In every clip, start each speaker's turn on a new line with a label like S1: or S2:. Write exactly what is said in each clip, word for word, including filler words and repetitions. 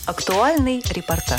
S1: Актуальный репортаж.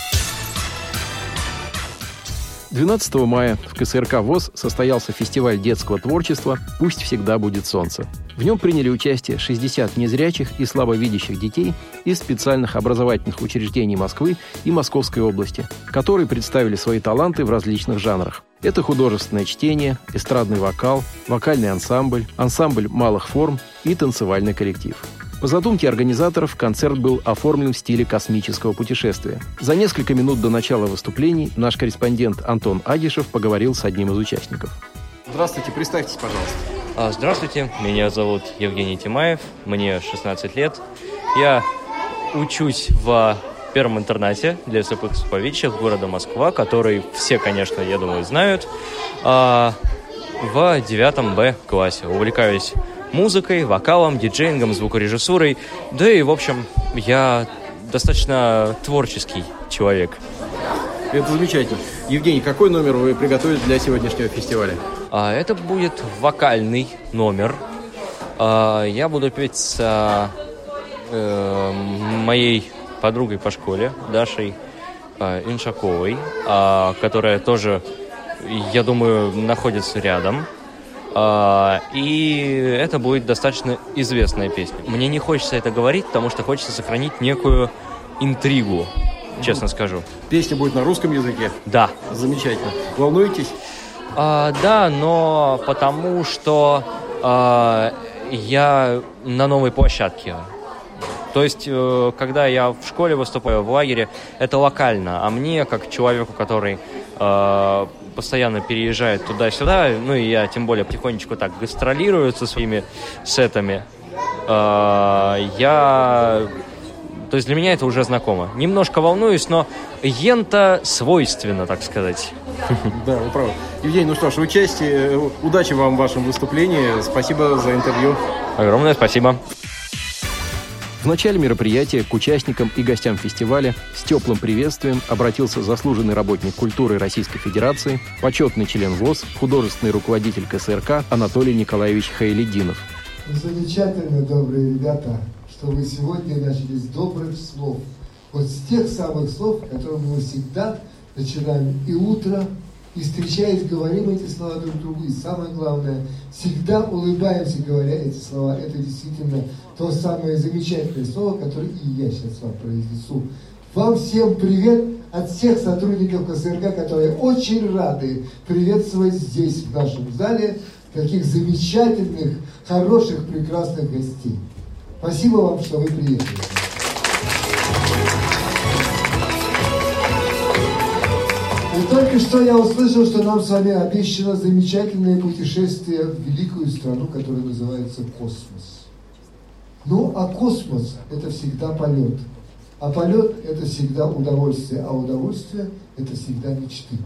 S2: двенадцатого мая в ка эс эр ка ВОС состоялся фестиваль детского творчества «Пусть всегда будет солнце». В нем приняли участие шестьдесят незрячих и слабовидящих детей из специальных образовательных учреждений Москвы и Московской области, которые представили свои таланты в различных жанрах. Это художественное чтение, эстрадный вокал, вокальный ансамбль, ансамбль малых форм и танцевальный коллектив. По задумке организаторов, концерт был оформлен в стиле космического путешествия. За несколько минут до начала выступлений наш корреспондент Антон Агишев поговорил с одним из участников.
S3: Здравствуйте, представьтесь, пожалуйста.
S4: Здравствуйте, меня зовут Евгений Тимаев, мне шестнадцать лет. Я учусь в первом интернате для слепых и слабовидящих города Москва, который все, конечно, я думаю, знают, в девятом Б классе. Увлекаюсь музыкой, вокалом, диджеингом, звукорежиссурой. Да и, в общем, я достаточно творческий человек.
S3: Это замечательно. Евгений, какой номер вы приготовили для сегодняшнего фестиваля?
S4: А, это будет вокальный номер. А, я буду петь с а, э, моей подругой по школе, Дашей а, Иншаковой, а, которая тоже, я думаю, находится рядом. Uh, и это будет достаточно известная песня. Мне не хочется это говорить, потому что хочется сохранить некую интригу, честно скажу.
S3: Песня будет на русском языке?
S4: Да.
S3: Замечательно. Волнуетесь?
S4: Uh, да, но потому что uh, я на новой площадке. То есть, uh, когда я в школе выступаю, в лагере, это локально. А мне, как человеку, который uh, постоянно переезжает туда-сюда, ну и я тем более потихонечку так гастролирую со своими сетами, uh, я... То есть для меня это уже знакомо. Немножко волнуюсь, но ента свойственно, так сказать.
S3: Да, вы правы. Евгений, ну что ж, участие, удачи вам в вашем выступлении. Спасибо за интервью.
S4: Огромное спасибо.
S2: В начале мероприятия к участникам и гостям фестиваля с теплым приветствием обратился заслуженный работник культуры Российской Федерации, почетный член ВОС, художественный руководитель ка эс эр ка Анатолий Николаевич Хайлетдинов.
S5: Замечательно, добрые ребята, что вы сегодня начали с добрых слов. Вот с тех самых слов, которые мы всегда начинаем и утро, и встречаясь, говорим эти слова друг другу. И самое главное, всегда улыбаемся, говоря эти слова. Это действительно то самое замечательное слово, которое и я сейчас вам произнесу. Вам всем привет от всех сотрудников ка эс эр ка, которые очень рады приветствовать здесь, в нашем зале, таких замечательных, хороших, прекрасных гостей. Спасибо вам, что вы приехали. И только что я услышал, что нам с вами обещано замечательное путешествие в великую страну, которая называется космос. Ну, а космос – это всегда полет. А полет – это всегда удовольствие, а удовольствие – это всегда мечты.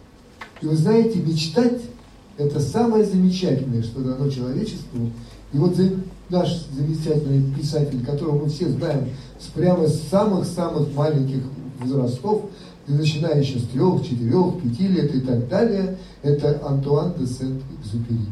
S5: И вы знаете, мечтать – это самое замечательное, что дано человечеству. И вот наш замечательный писатель, которого мы все знаем, прямо с самых-самых маленьких возрастов, и начиная еще с трех, четырех, пяти лет и так далее, это Антуан де Сент-Экзюпери.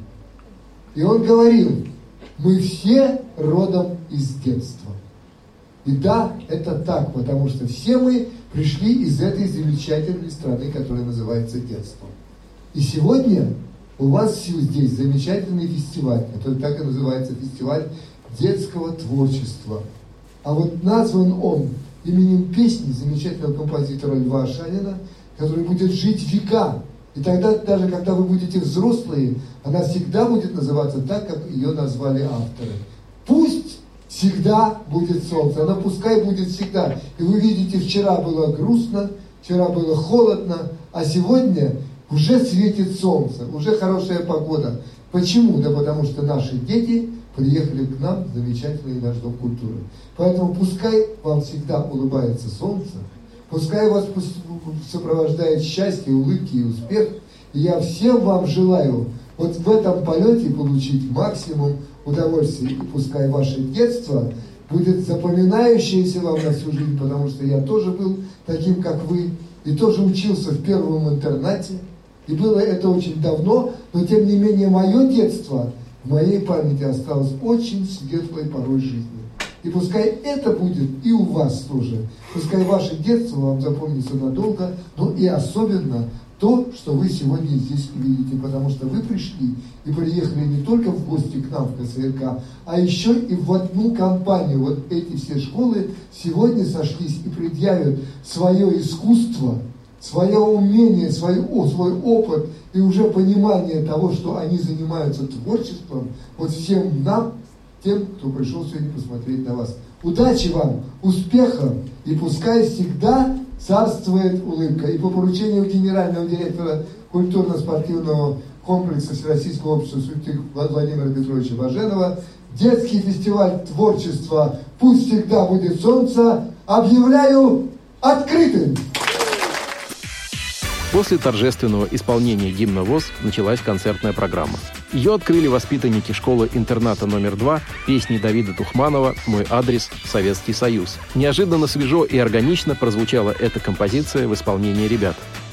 S5: И он говорил: мы все родом из детства. И да, это так, потому что все мы пришли из этой замечательной страны, которая называется детством. И сегодня у вас здесь замечательный фестиваль, который так и называется фестиваль детского творчества. А вот назван он именем песни замечательного композитора Льва Ашанина, который будет жить века. И тогда, даже когда вы будете взрослые, она всегда будет называться так, как ее назвали авторы. Пусть всегда будет солнце, она пускай будет всегда. И вы видите, вчера было грустно, вчера было холодно, а сегодня уже светит солнце, уже хорошая погода. Почему? Да потому что наши дети приехали к нам в замечательный наш Дом культуры. Поэтому пускай вам всегда улыбается солнце, пускай вас сопровождает счастье, улыбки и успех. И я всем вам желаю вот в этом полете получить максимум удовольствия. И пускай ваше детство будет запоминающееся вам на всю жизнь, потому что я тоже был таким, как вы, и тоже учился в первом интернате. И было это очень давно, но тем не менее мое детство в моей памяти осталось очень светлой порой жизни. И пускай это будет и у вас. вас тоже. Пускай ваше детство вам запомнится надолго, но и особенно то, что вы сегодня здесь видите, потому что вы пришли и приехали не только в гости к нам в ка эс эр ка, а еще и в одну компанию. Вот эти все школы сегодня сошлись и предъявят свое искусство, свое умение, свой, о, свой опыт и уже понимание того, что они занимаются творчеством, вот всем нам, тем, кто пришел сегодня посмотреть на вас. Удачи вам, успехов, и пускай всегда царствует улыбка. И по поручению генерального директора культурно-спортивного комплекса Всероссийского общества святых Владимира Петровича Баженова детский фестиваль творчества «Пусть всегда будет солнце» объявляю открытым.
S2: После торжественного исполнения гимна ВОС началась концертная программа. Ее открыли воспитанники школы-интерната номер два песней Давида Тухманова «Мой адрес – Советский Союз». Неожиданно свежо и органично прозвучала эта композиция в исполнении ребят.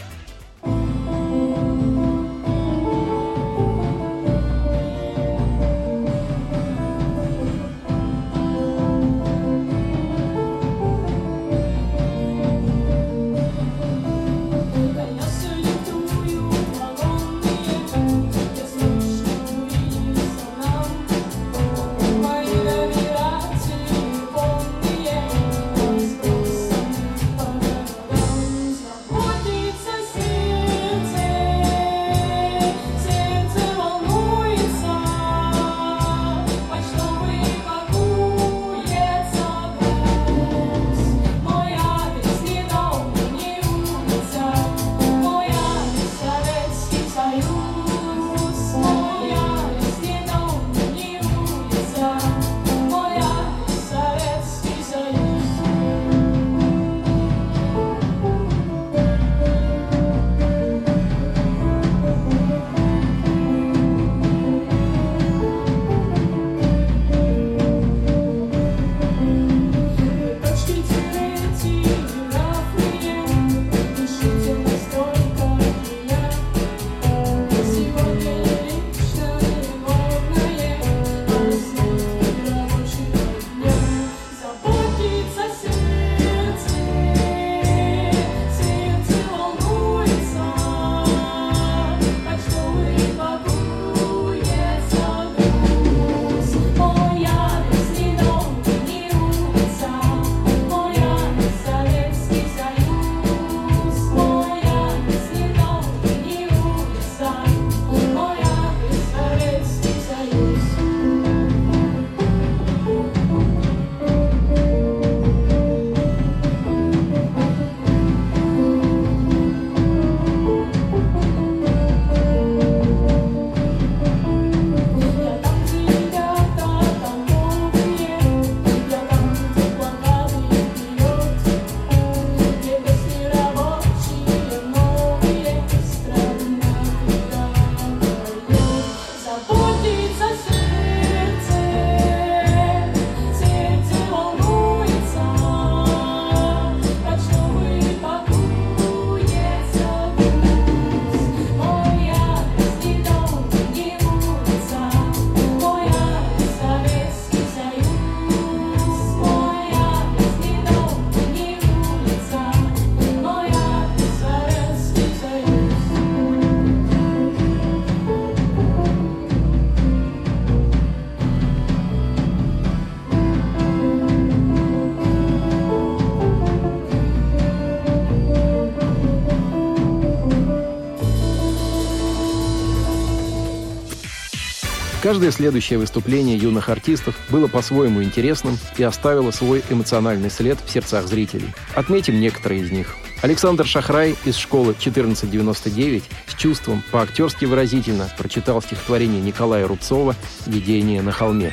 S2: Каждое следующее выступление юных артистов было по-своему интересным и оставило свой эмоциональный след в сердцах зрителей. Отметим некоторые из них. Александр Шахрай из школы четырнадцать девяносто девять с чувством по-актерски выразительно прочитал стихотворение Николая Рубцова «Видение на холме».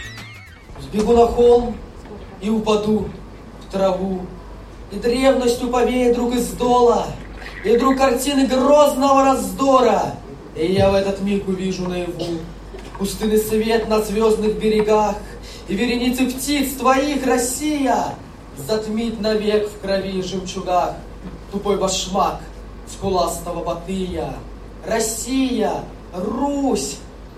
S1: Сбегу на холм и упаду в траву, и древностью повеет друг из дола, и вдруг картины грозного раздора, и я в этот миг увижу наяву пустынный свет на звездных берегах, и вереницы птиц твоих, Россия, затмит навек в крови и жемчугах тупой башмак скуластого Батыя. Россия, Русь,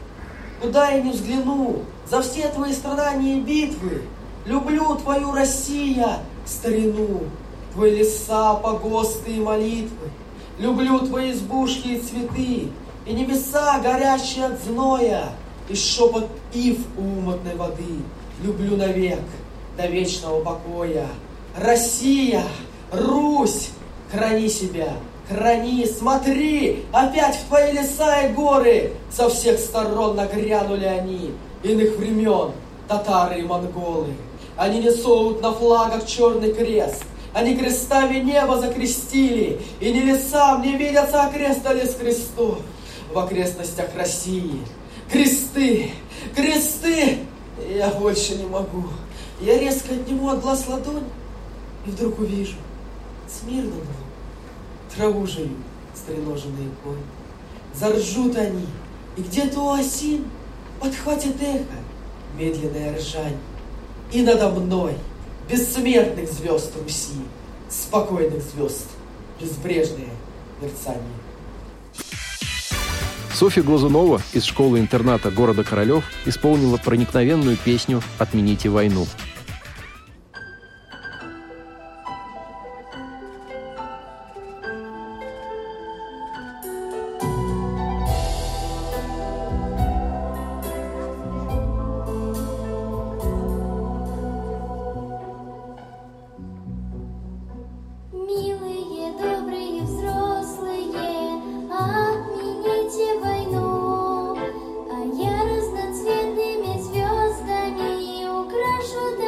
S1: куда я не взгляну, за все твои страдания и битвы, люблю твою, Россия, старину, твои леса, погосты и молитвы. Люблю твои избушки и цветы, и небеса, горящие от зноя, и шепот ив у умытной воды. Люблю навек, до вечного покоя. Россия, Русь, храни себя, храни, смотри, опять в твои леса и горы со всех сторон нагрянули они, иных времен, татары и монголы. Они несут на флагах черный крест, они крестами небо закрестили, и небесам не видятся окрестались крестов в окрестностях России. Кресты, кресты! Я больше не могу. Я резко отниму от глаз ладонь, и вдруг увижу смирно траву жуют стреноженные кони. Заржут они, и где-то у осин подхватит эхо медленное ржань. И надо мной бессмертных звезд Руси, спокойных звезд, безбрежное мерцание.
S2: Софья Глазунова из школы-интерната города Королев исполнила проникновенную песню «Отмените войну».
S6: Милые, добрые, взрослые, отмените войну, а я разноцветными звездами украшу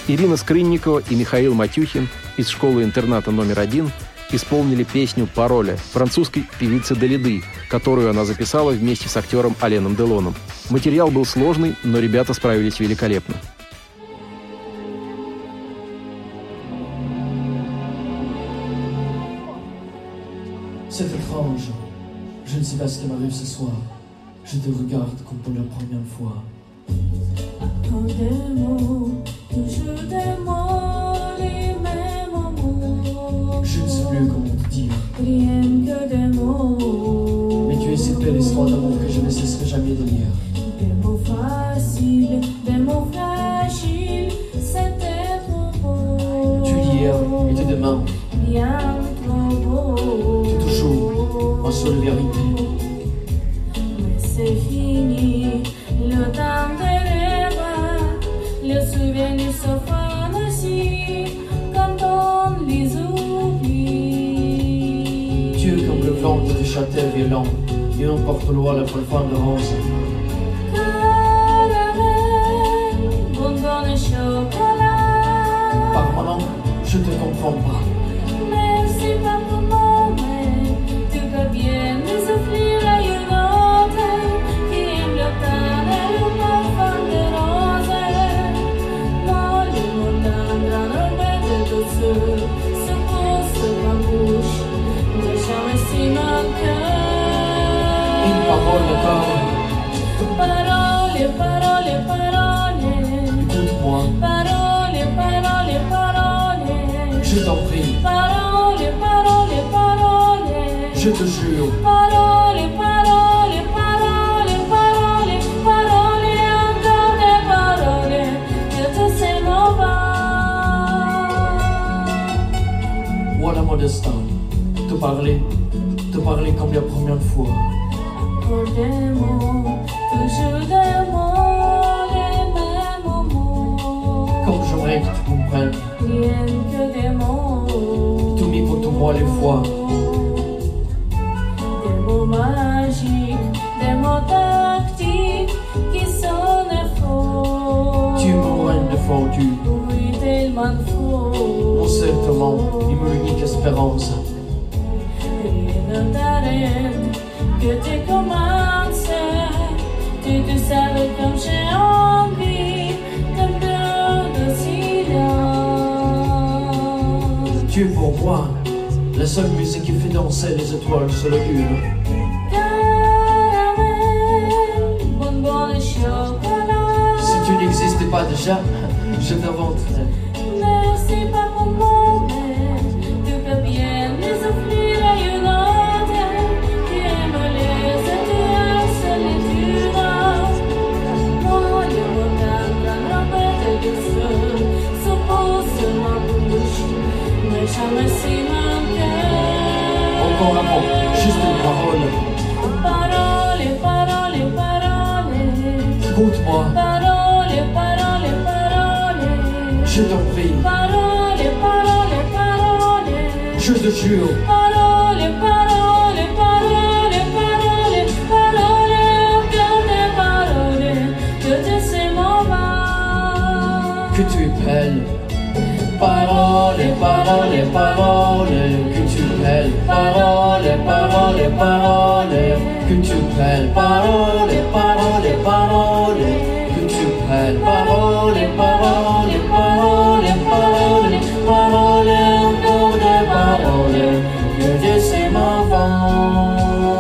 S2: Ирина Скрынникова и Михаил Матюхин из школы-интерната номер один исполнили песню «Пароля» французской певицы Далиды, которую она записала вместе с актером Аленом Делоном. Материал был сложный, но ребята справились великолепно.
S1: C'est étrange. Je ne sais pas ce qui m'arrive ce soir. Je te regarde comme pour la première fois.
S6: Encore des mots, toujours des mots, les mêmes mots.
S1: Je ne sais plus comment te dire.
S6: Rien que des mots.
S1: Mais tu es cette belle histoire d'amour que je ne cesserai jamais de lire.
S6: Des mots faciles, des mots fragiles, c'était trop beau.
S1: Tu d'hier et tu demain.
S6: Bien trop beau.
S1: Tu toujours en seule vérité.
S6: Mais c'est fini, le temps des rêves, les souvenirs se fanent aussi quand on les oublie.
S1: Tu es comme le vent de tes châtaignes violents et un porte-loin la profonde rose.
S6: Caramel, bonbon et chocolat.
S1: Par moments, je te comprends pas.
S6: Merci pas pour moi, mais tu peux bien nous offrir à une autre qui aime le temps et le parfum des roses. Moi, le mot tendre, un peu de douceur se pose sur ma bouche, mais jamais si mon cœur.
S1: Une parole encore.
S6: Parole, parole, parole.
S1: Écoute-moi,
S6: Parole, parole, parole.
S1: je t'en prie,
S6: Parole, parole, parole.
S1: je te jure.
S6: Parole, parole, parole, parole, parole, encore des paroles, que tout c'est mauvais.
S1: Voilà mon destin. Te parler, te parler comme la première fois.
S6: Encore des mots, toujours des mots, les mêmes mots.
S1: Comme j'aimerais que tu comprennes.
S6: Rien que des mots.
S1: Tout mis contre moi les fois.
S6: Des mots magiques, des mots tactiques qui sonnent faux.
S1: Tu me rends défendu.
S6: Oui, tellement faux.
S1: Mon seul tourment et mon unique espérance.
S6: Rien ne t'arrête, que tu commences. Tu te savais comme j'ai envie d'un peu de silence.
S1: Tu es pour moi la seule musique qui fait danser les étoiles sur la lune.
S6: Caramel, bonbon et chocolat.
S1: Si tu n'existais pas déjà, je t'inventerais.
S6: Merci pas pour moi, mais tu peux bien les offrir à une autre qui aime les étoiles solitudes. Moi, le mot tendre, un peu de douceur se pose sur ma bouche, mais jamais si mon cœur.
S1: Encore un mot, juste une parole.
S6: Parole, parole, parole.
S1: Écoute-moi,
S6: Parole, parole, parole.
S1: je t'en prie,
S6: Parole, parole, parole.
S1: je te jure.
S6: Parole, parole, parole, parole, parole, encore des paroles, que tu sais mon mal.
S1: Que tu es belle. Parole, parole, parole, que tu es belle. Parole, parole, parole, que tu es belle. Parole, parole, parole, que tu es belle. Parole, parole, parole, parole, parole, encore des paroles, que Dieu sait m'envant.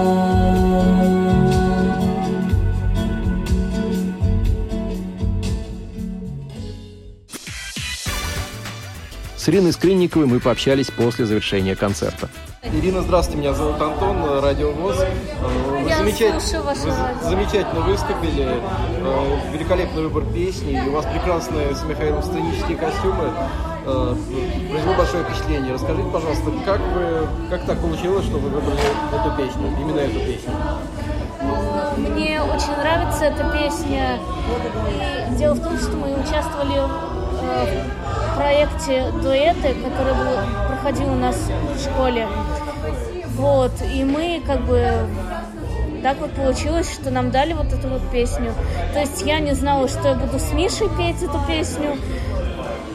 S2: С Ириной Скрынниковой мы пообщались после завершения концерта.
S3: Ирина, здравствуйте, меня зовут Антон, Радио ВОС. Вы,
S7: Я
S3: замечатель-
S7: слушаю ваше
S3: вы
S7: радио.
S3: замечательно выступили, э, великолепный выбор песни, и у вас прекрасные с Михаилом сценические костюмы. Э, Произвело большое впечатление. Расскажите, пожалуйста, как, вы, как так получилось, что вы выбрали эту песню, именно эту песню?
S7: Мне очень нравится эта песня. И дело в том, что мы участвовали э, в проекте «Дуэты», который был, проходил у нас в школе. Вот. И мы как бы... Так вот получилось, что нам дали вот эту вот песню. То есть я не знала, что я буду с Мишей петь эту песню.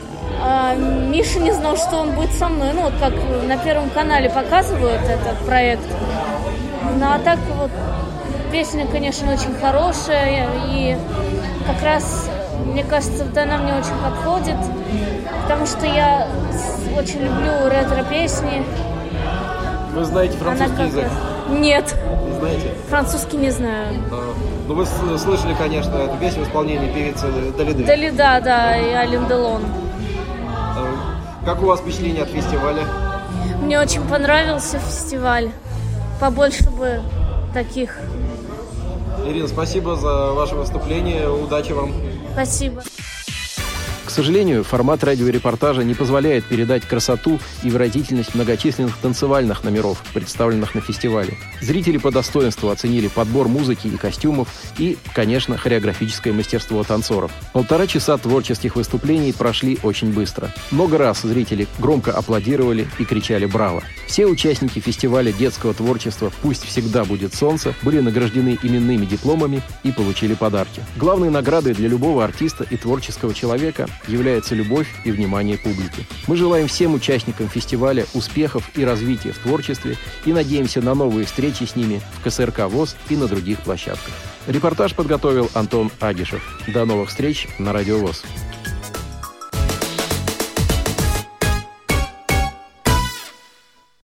S7: А Миша не знал, что он будет со мной. Ну, вот как на Первом канале показывают этот проект. Ну, а так вот, песня, конечно, очень хорошая. И как раз, мне кажется, вот она мне очень подходит. Потому что я очень люблю ретро-песни.
S3: Вы знаете французский
S7: Она
S3: язык?
S7: как... Нет.
S3: Не знаете?
S7: Французский не знаю.
S3: А, ну, вы с- слышали, конечно, эту песню в исполнении певицы Далиды.
S7: Далида, да, и Ален Делон.
S3: А, как у вас впечатление от фестиваля?
S7: Мне очень понравился фестиваль. Побольше бы таких.
S3: Ирина, спасибо за ваше выступление. Удачи вам.
S7: Спасибо.
S2: К сожалению, формат радиорепортажа не позволяет передать красоту и выразительность многочисленных танцевальных номеров, представленных на фестивале. Зрители по достоинству оценили подбор музыки и костюмов и, конечно, хореографическое мастерство танцоров. Полтора часа творческих выступлений прошли очень быстро. Много раз зрители громко аплодировали и кричали «Браво!». Все участники фестиваля детского творчества «Пусть всегда будет солнце» были награждены именными дипломами и получили подарки. Главной наградой для любого артиста и творческого человека является любовь и внимание публики. Мы желаем всем участникам фестиваля успехов и развития в творчестве и надеемся на новые встречи с ними в ка эс эр ка ВОС и на других площадках. Репортаж подготовил Антон Агишев. До новых встреч на Радио ВОС.